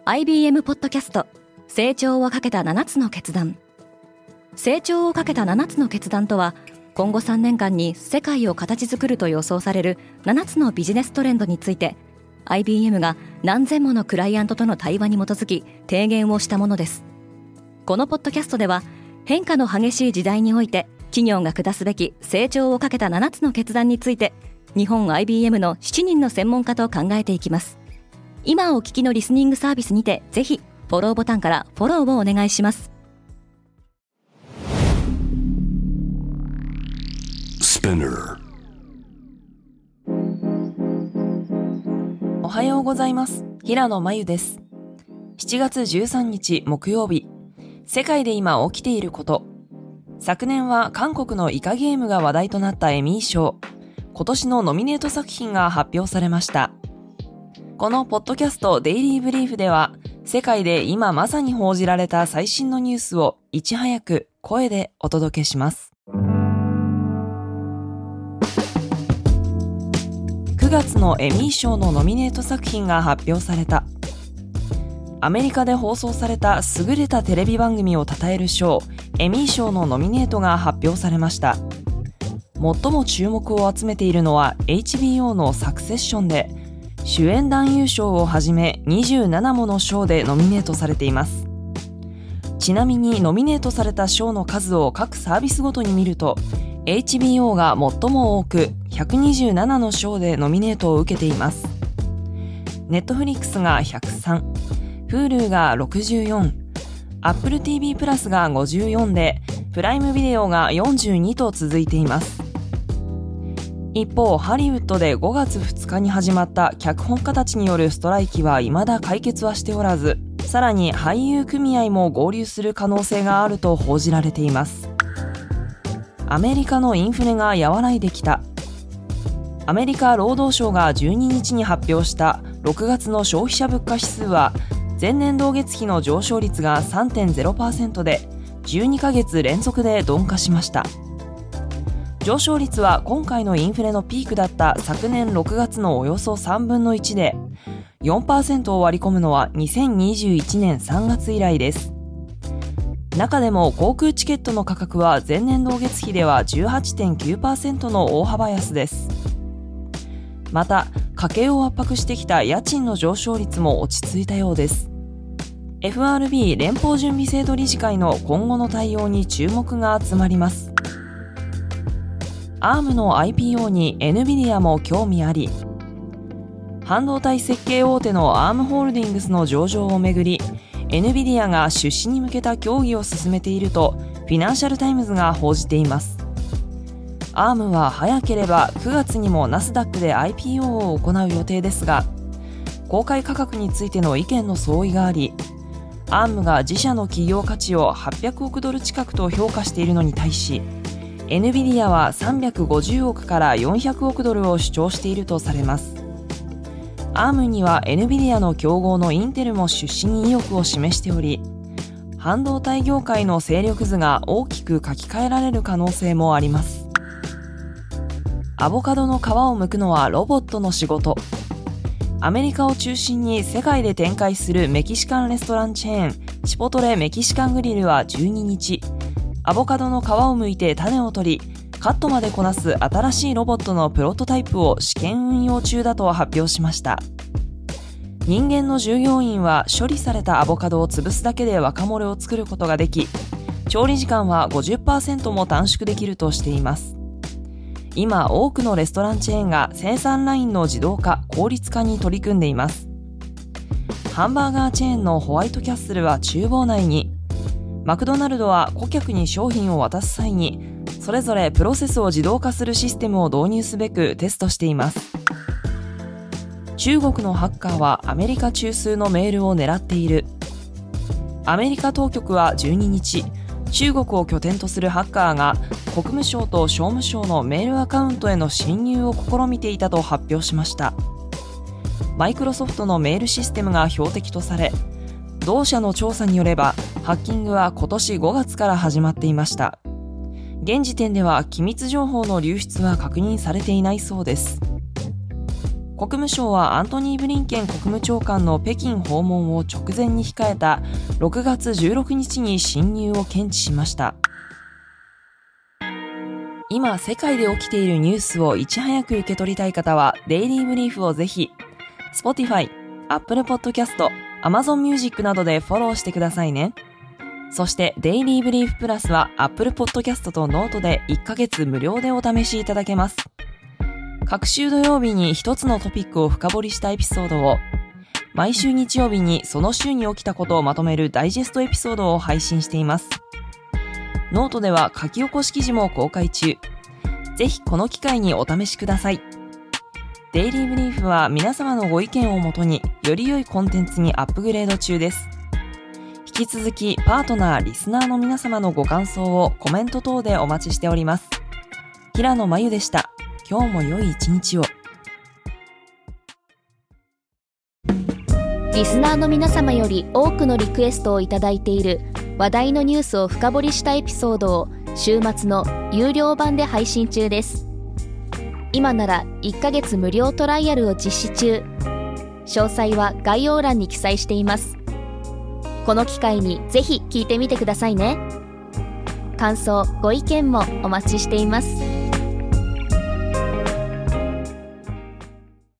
IBM ポッドキャスト成長をかけた7つの決断。成長をかけた7つの決断とは、今後3年間に世界を形作ると予想される7つのビジネストレンドについて、 IBM が何千ものクライアントとの対話に基づき提言をしたものです。このポッドキャストでは、変化の激しい時代において企業が下すべき成長をかけた7つの決断について、日本 IBM の7人の専門家と考えていきます。今お聞きのリスニングサービスにて、ぜひフォローボタンからフォローをお願いします。 おはようございます。平野真由です。7月13日木曜日、世界で今起きていること。昨年は韓国のイカゲームが話題となったエミー賞。今年のノミネート作品が発表されました。このポッドキャストデイリーブリーフでは、世界で今まさに報じられた最新のニュースをいち早く声でお届けします。9月のエミー賞のノミネート作品が発表された。アメリカで放送された優れたテレビ番組を称える賞、エミー賞のノミネートが発表されました。最も注目を集めているのは HBO のサクセッションで、主演男優賞をはじめ27もの賞でノミネートされています。ちなみにノミネートされた賞の数を各サービスごとに見ると、 HBO が最も多く127の賞でノミネートを受けています。Netflix が103、Hulu が64、Apple TV プラスが54で、プライムビデオが42と続いています。一方、ハリウッドで5月2日に始まった脚本家たちによるストライキは未だ解決はしておらず、さらに俳優組合も合流する可能性があると報じられています。アメリカのインフレが和らいできた。アメリカ労働省が12日に発表した6月の消費者物価指数は、前年同月比の上昇率が 3.0% で、12ヶ月連続で鈍化しました。上昇率は今回のインフレのピークだった昨年6月のおよそ3分の1で、4% を割り込むのは2021年3月以来です。中でも航空チケットの価格は前年同月比では 18.9% の大幅安です。また、家計を圧迫してきた家賃の上昇率も落ち着いたようです。FRB 連邦準備制度理事会の今後の対応に注目が集まります。ARM の IPO に NVIDIA も興味あり。半導体設計大手の ARM ホールディングスの上場をめぐり、NVIDIA が出資に向けた協議を進めているとフィナンシャルタイムズが報じています。ARM は早ければ9月にもナスダックで IPO を行う予定ですが、公開価格についての意見の相違があり、ARM が自社の企業価値を800億ドル近くと評価しているのに対し、NVIDIA は350億から400億ドルを主張しているとされます。ARM には NVIDIA の競合のインテルも出資に意欲を示しており、半導体業界の勢力図が大きく書き換えられる可能性もあります。アボカドの皮を剥くのはロボットの仕事。アメリカを中心に世界で展開するメキシカンレストランチェーン、チポトレメキシカングリルは12日、アボカドの皮を剥いて種を取り、カットまでこなす新しいロボットのプロトタイプを試験運用中だと発表しました。人間の従業員は処理されたアボカドを潰すだけでワカモレを作ることができ、調理時間は 50% も短縮できるとしています。今、多くのレストランチェーンが生産ラインの自動化・効率化に取り組んでいます。ハンバーガーチェーンのホワイトキャッスルは厨房内に、マクドナルドは顧客に商品を渡す際に、それぞれプロセスを自動化するシステムを導入すべくテストしています。中国のハッカーはアメリカ中枢のメールを狙っている。アメリカ当局は12日、中国を拠点とするハッカーが国務省と商務省のメールアカウントへの侵入を試みていたと発表しました。マイクロソフトのメールシステムが標的とされ、同社の調査によればハッキングは今年5月から始まっていました。現時点では機密情報の流出は確認されていないそうです。 国務省はアントニー・ブリンケン国務長官の北京訪問を直前に控えた6月16日に侵入を検知しました。今世界で起きているニュースをいち早く受け取りたい方はデイリーブリーフをぜひ Spotify、Apple Podcast、Amazon Music などでフォローしてくださいね。そしてデイリーブリーフプラスは Apple Podcast とノートで1ヶ月無料でお試しいただけます。各週土曜日に一つのトピックを深掘りしたエピソードを、毎週日曜日にその週に起きたことをまとめるダイジェストエピソードを配信しています。ノートでは書き起こし記事も公開中。ぜひこの機会にお試しください。デイリーブリーフは皆様のご意見をもとにより良いコンテンツにアップグレード中です。引き続きパートナー、リスナーの皆様のご感想をコメント等でお待ちしております。平野真由でした。今日も良い一日を。 リスナーの皆様より多くのリクエストをいただいている話題のニュースを深掘りしたエピソードを週末の有料版で配信中です。今なら1ヶ月無料トライアルを実施中。詳細は概要欄に記載しています。この機会にぜひ聞いてみてくださいね。感想、ご意見もお待ちしています。